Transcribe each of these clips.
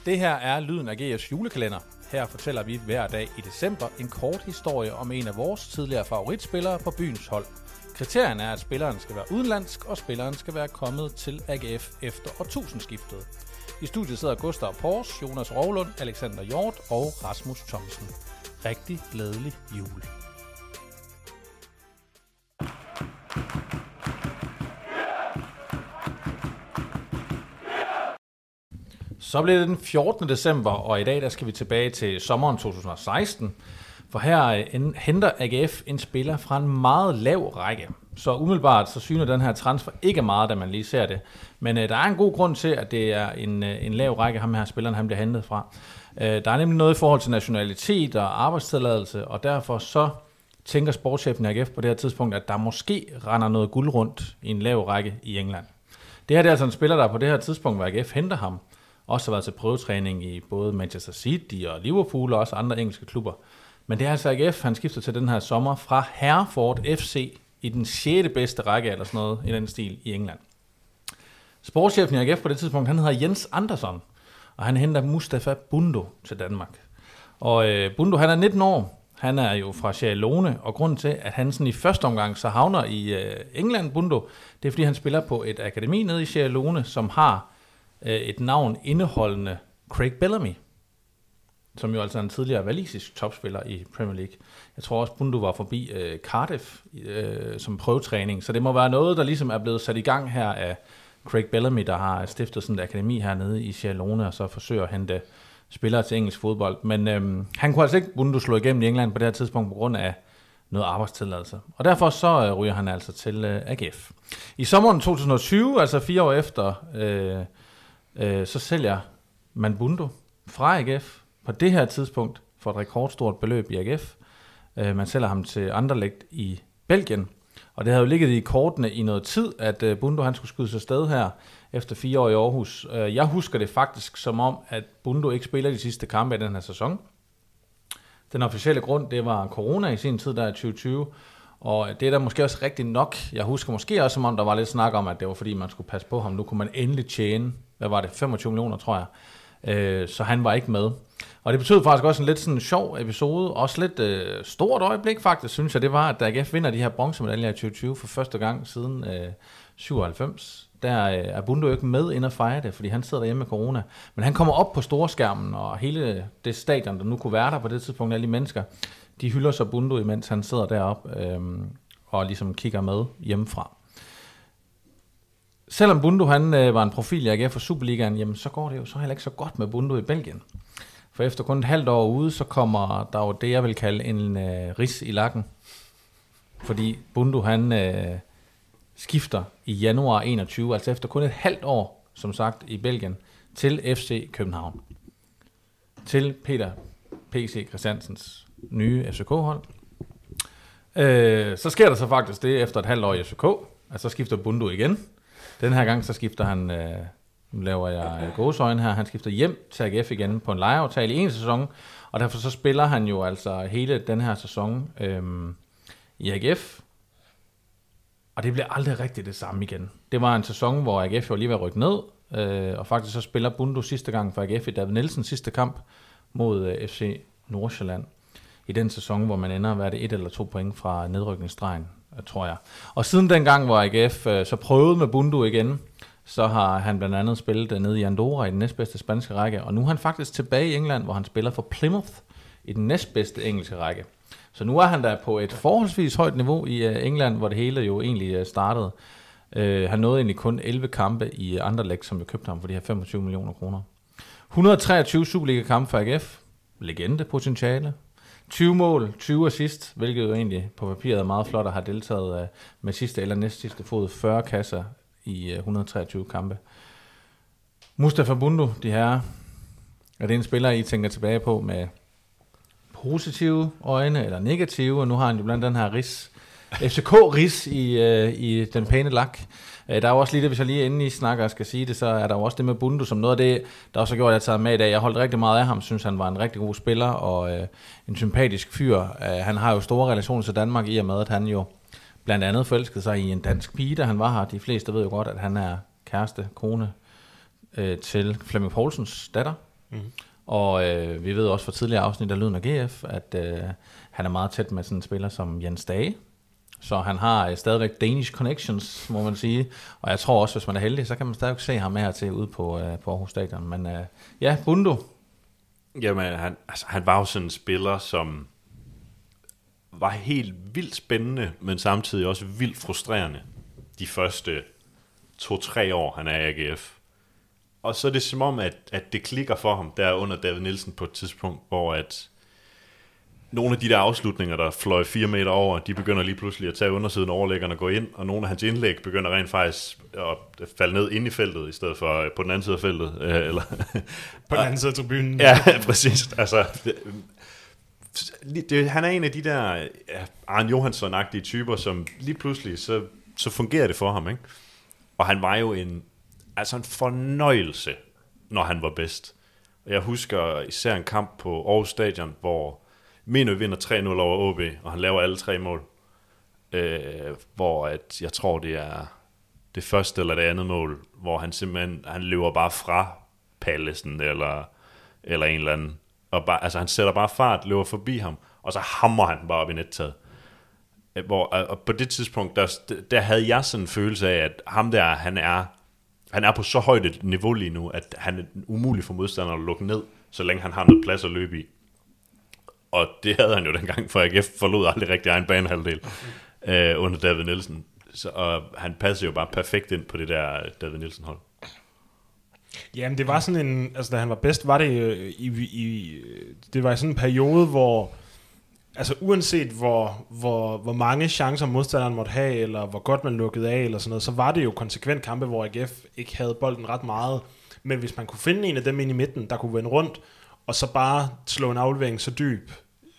Det her er Lyden af GF's julekalender. Her fortæller vi hver dag i december en kort historie om en af vores tidligere favoritspillere på byens hold. Kriterierne er, at spilleren skal være udenlandsk, og spilleren skal være kommet til AGF efter årtusindskiftet. I studiet sidder Gustav Pors, Jonas Rovlund, Alexander Hjort og Rasmus Thomsen. Rigtig glædelig jul. Så bliver det den 14. december, og i dag der skal vi tilbage til sommeren 2016. For her henter AGF en spiller fra en meget lav række. Så umiddelbart så syner den her transfer ikke meget, da man lige ser det. Men der er en god grund til, at det er en lav række, ham her spilleren han bliver hentet fra. Der er nemlig noget i forhold til nationalitet og arbejdstilladelse, og derfor så tænker sportschefen i AGF på det her tidspunkt, at der måske render noget guld rundt i en lav række i England. Det her det er altså en spiller, der på det her tidspunkt, hvor AGF henter ham, også har været til prøvetræning i både Manchester City og Liverpool og også andre engelske klubber. Men det er altså AGF, han skifter til den her sommer fra Hereford FC i den 6. bedste række eller sådan noget i den stil i England. Sportschefen i AGF på det tidspunkt, han hedder Jens Andersson, og han henter Mustafa Bundo til Danmark. Og Bundo, han er 19 år, han er jo fra Sierra Leone, og grunden til, at han sådan i første omgang så havner i England, Bundo, det er fordi han spiller på et akademi nede i Sierra Leone, som har et navn indeholdende Craig Bellamy, som jo altså er en tidligere walisisk topspiller i Premier League. Jeg tror også, Bundo var forbi Cardiff som prøvetræning, så det må være noget, der ligesom er blevet sat i gang her af Craig Bellamy, der har stiftet sådan et akademi hernede i Sierra Leone, og så forsøger at hente spillere til engelsk fodbold. Men han kunne altså ikke, Bundo, slå igennem i England på det her tidspunkt på grund af noget arbejdstilladelse. Og derfor så ryger han altså til AGF. I sommeren 2020, altså 4 år efter, så sælger man Bundo fra AGF på det her tidspunkt for et rekordstort beløb i AGF. Man sælger ham til Anderlecht i Belgien, og det havde jo ligget i kortene i noget tid, at Bundo han skulle skydes afsted her efter 4 år i Aarhus. Jeg husker det faktisk som om, at Bundo ikke spiller de sidste kampe i den her sæson. Den officielle grund, det var corona i sin tid der i 2020, og det er der måske også rigtigt nok. Jeg husker måske også, som om der var lidt snak om, at det var fordi, man skulle passe på ham. Nu kunne man endelig tjene, 25 millioner, tror jeg. Så han var ikke med. Og det betød faktisk også en lidt sådan sjov episode, også lidt stort øjeblik faktisk, synes jeg, det var, at AGF vinder de her bronzemedaljer i 2020 for første gang siden 97. Der er Bundo ikke med ind og fejre det, fordi han sidder derhjemme med corona. Men han kommer op på storskærmen, og hele det stadion, der nu kunne være der på det tidspunkt, alle de mennesker, de hylder så Bundo, imens han sidder deroppe og ligesom kigger med hjemmefra. Selvom Bundo han var en profil i AGF for Superligaen, jamen så går det jo så heller ikke så godt med Bundo i Belgien. For efter kun et halvt år ude, så kommer der jo det, jeg vil kalde en ris i lakken. Fordi Bundo han skifter i januar 21, altså efter kun et halvt år, som sagt, i Belgien, til FC København. Til Peter P.C. Christiansens nye FCK-hold. Så sker der så faktisk det efter et halvt år i FCK, at så skifter Bundo igen. Den her gang så skifter han, nu laver jeg gåseøjne her, han skifter hjem til AGF igen på en lejeaftale i en sæson, og derfor så spiller han jo altså hele den her sæson i AGF, og det bliver aldrig rigtigt det samme igen. Det var en sæson, hvor AGF jo lige var rykket ned, og faktisk så spiller Bundo sidste gang for AGF i David Nielsens sidste kamp mod FC Nordsjælland, i den sæson, hvor man ender at være 1 eller 2 point fra nedrykningsstregen, tror jeg. Og siden den gang, hvor AGF så prøvede med Bundo igen, så har han blandt andet spillet nede i Andorra i den næstbedste spanske række, og nu er han faktisk tilbage i England, hvor han spiller for Plymouth i den næstbedste engelske række. Så nu er han der på et forholdsvis højt niveau i England, hvor det hele jo egentlig startede. Han nåede egentlig kun 11 kampe i Anderlecht, som vi købte ham for de her 25 millioner kroner. 123 Superliga-kampe for AGF, legendepotentiale. 20 mål, 20 assist, hvilket jo egentlig på papiret er meget flot at have deltaget med sidste eller næst sidste fod 40 kasser i 123 kampe. Mustafa Bundo, de her, er det en spiller, I tænker tilbage på med positive øjne eller negative, og nu har han jo blandt den her FCK-ris i den pæne lak. Der er jo også lige det, hvis jeg lige inden I snakker skal sige det, så er der jo også det med Bundo, som noget af det, der også har gjort, at jeg tager med i dag. Jeg holdt rigtig meget af ham, synes han var en rigtig god spiller, og en sympatisk fyr. Han har jo store relationer til Danmark, i og med, at han jo blandt andet forelskede sig i en dansk pige, da han var her. De fleste ved jo godt, at han er kone til Flemming Poulsens datter, Og vi ved også fra tidligere afsnit af Lyden af GF, at han er meget tæt med sådan en spiller som Jens Dage. Så han har stadigvæk Danish connections, må man sige. Og jeg tror også, hvis man er heldig, så kan man stadig se ham her til ude på Aarhus Stadion. Men ja, Bundu. Jamen, han var jo sådan en spiller, som var helt vildt spændende, men samtidig også vildt frustrerende de første 2-3 år, han er i AGF. Og så er det som om, at det klikker for ham der under David Nielsen på et tidspunkt, hvor at nogle af de der afslutninger, der fløj 4 meter over, de begynder lige pludselig at tage undersiden overlæggerne og gå ind, og nogle af hans indlæg begynder rent faktisk at falde ned ind i feltet, i stedet for på den anden side af feltet. Eller på den anden side af tribunen. Ja, præcis. Altså, han er en af de der Arne Johansson-agtige typer, som lige pludselig, så fungerer det for ham, ikke? Og han var jo en fornøjelse, når han var bedst. Og jeg husker især en kamp på Aarhus Stadion, hvor Minø vinder 3-0 over OB, og han laver alle 3 mål. Hvor at, jeg tror, det er det første eller det andet mål, hvor han simpelthen han løber bare fra Pallesen eller en eller anden. Og bare, altså han sætter bare fart, løber forbi ham, og så hammer han bare op i nettaget. Og på det tidspunkt, der havde jeg sådan en følelse af, at ham der, han er på så højt et niveau lige nu, at han er umulig for modstanderen at lukke ned, så længe han har noget plads at løbe i. Og det havde han jo dengang, for AGF forlod aldrig rigtig egen banehalvdel under David Nielsen. Og han passede jo bare perfekt ind på det der David Nielsen-hold. Jamen det var sådan en, altså da han var bedst, var det det var i sådan en periode, hvor altså uanset hvor mange chancer modstanderen måtte have, eller hvor godt man lukkede af, eller sådan noget, så var det jo konsekvent kampe, hvor AGF ikke havde bolden ret meget. Men hvis man kunne finde en af dem ind i midten, der kunne vende rundt, og så bare slå en aflevering så dyb,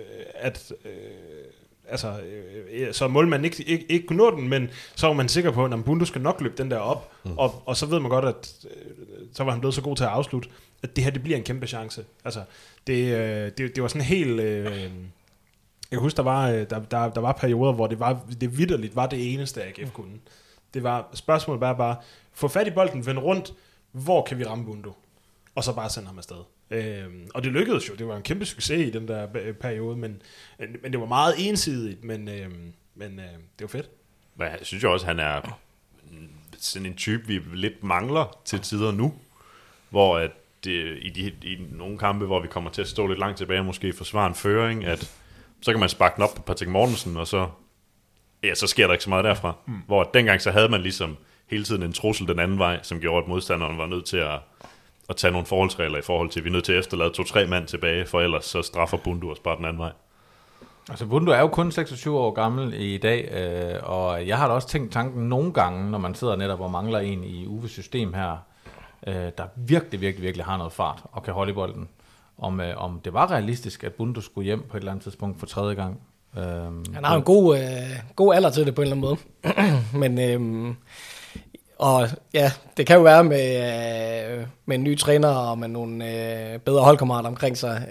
så målmanden ikke kunne nå den, men så var man sikker på, at Bundu skal nok løbe den der op, og så ved man godt, at så var han blevet så god til at afslutte, at det her, det bliver en kæmpe chance. Altså, det var sådan helt... jeg kan huske, der var perioder, hvor det vitterligt var det eneste, AGF kunne. Det var spørgsmålet bare, få fat i bolden, vende rundt, hvor kan vi ramme Bundu? Og så bare sende ham afsted. Og det lykkedes jo, det var en kæmpe succes i den der periode, men det var meget ensidigt, men det var fedt. Men jeg synes jo også, han er sådan en type, vi lidt mangler til tider nu, hvor at i nogle kampe, hvor vi kommer til at stå lidt langt tilbage, måske forsvare en føring, at så kan man sparke den op på Patrick Mortensen, og så sker der ikke så meget derfra. Hvor dengang så havde man ligesom hele tiden en trussel den anden vej, som gjorde, at modstanderen var nødt til at tage nogle forholdsregler i forhold til, at vi er nødt til at efterlade 2-3 mand tilbage, for ellers så straffer Bundu os bare den anden vej. Altså Bundu er jo kun 26 år gammel i dag, og jeg har da også tænkt tanken nogle gange, når man sidder netop og mangler en i Uves system her, der virkelig har noget fart og kan holde i bolden. Om det var realistisk, at Bundu skulle hjem på et eller andet tidspunkt for 3. gang. Han har en god alder til det på en eller anden måde. Men og ja, det kan jo være med en ny træner og med nogle bedre holdkammerater omkring sig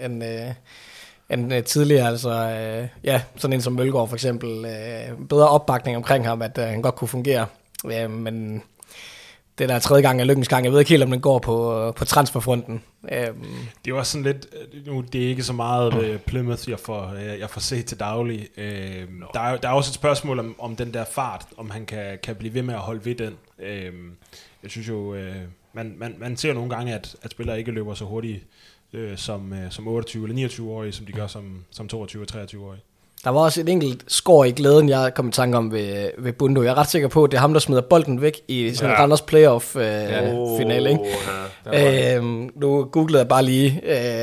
end tidligere. Altså sådan en som Mølgaard for eksempel. Bedre opbakning omkring ham, at han godt kunne fungere. Men det der 3. gang er lykkens gang. Jeg ved ikke helt, om den går på transferfronten. Det er også sådan lidt, nu det er ikke så meget Plymouth, jeg får set til daglig. Der er også et spørgsmål om den der fart, om han kan blive ved med at holde ved den. Jeg synes jo, man ser nogle gange, at spillere ikke løber så hurtigt som 28 eller 29-årige, som de gør som 22 og 23-årige. Der var også et enkelt skår i glæden, jeg kom i tanke om ved Bundu. Jeg er ret sikker på, at det er ham, der smider bolden væk i sådan en Randers playoff-finale. Nu googlede jeg bare lige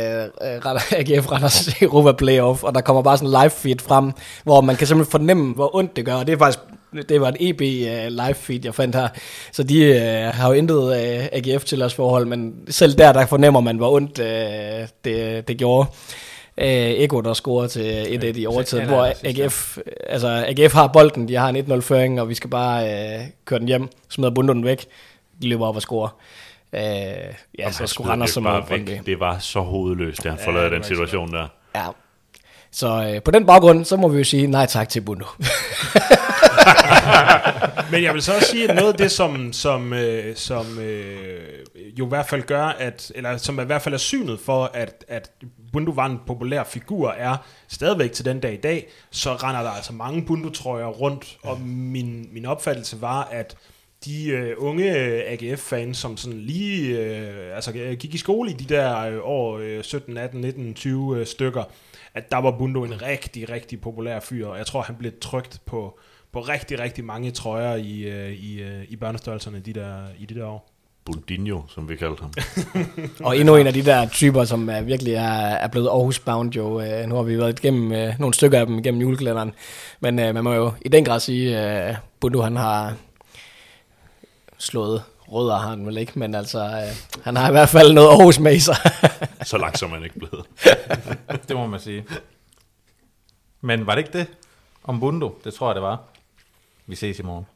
AGF Randers Europa Playoff, og der kommer bare sådan en live feed frem, hvor man kan simpelthen fornemme, hvor ondt det gør. Og det er faktisk, det var et EB live feed, jeg fandt her. Så de har jo intet AGF til os forhold, men selv der fornemmer man, hvor ondt det gjorde. Ego, der scorer til 1-1 i overtiden, hvor AGF har bolden, de har en 1-0-føring, og vi skal bare køre den hjem, smider Bundu den væk, de løber op og scorer. Så skulle Randers som det var så hovedløst, da han forlader den situation der. Ja. Så på den baggrund, så må vi jo sige nej tak til Bundu. Men jeg vil så også sige, at noget af det, som jo i hvert fald gør, eller som i hvert fald er synet for, at Bundu var en populær figur, er stadigvæk til den dag i dag, så render der altså mange Bundu-trøjer rundt, og min opfattelse var, at de unge AGF-fans, som sådan lige gik i skole i de der år 17, 18, 19, 20 stykker, at der var Bundu en rigtig, rigtig populær fyr, og jeg tror, han blev trykt på rigtig, rigtig mange trøjer i børnestørrelserne i de der år. Bundinho, som vi kaldte ham. Og endnu en af de der typer, som virkelig er blevet Aarhus-bound jo. Nu har vi været igennem nogle stykker af dem igennem julekalenderen. Men man må jo i den grad sige, at Bundu han har slået rødder, har han vel ikke, men altså, han har i hvert fald noget Aarhus med sig. Så langt som han ikke blevet. Det må man sige. Men var det ikke det om Bundu? Det tror jeg, det var. Vi ses i morgen.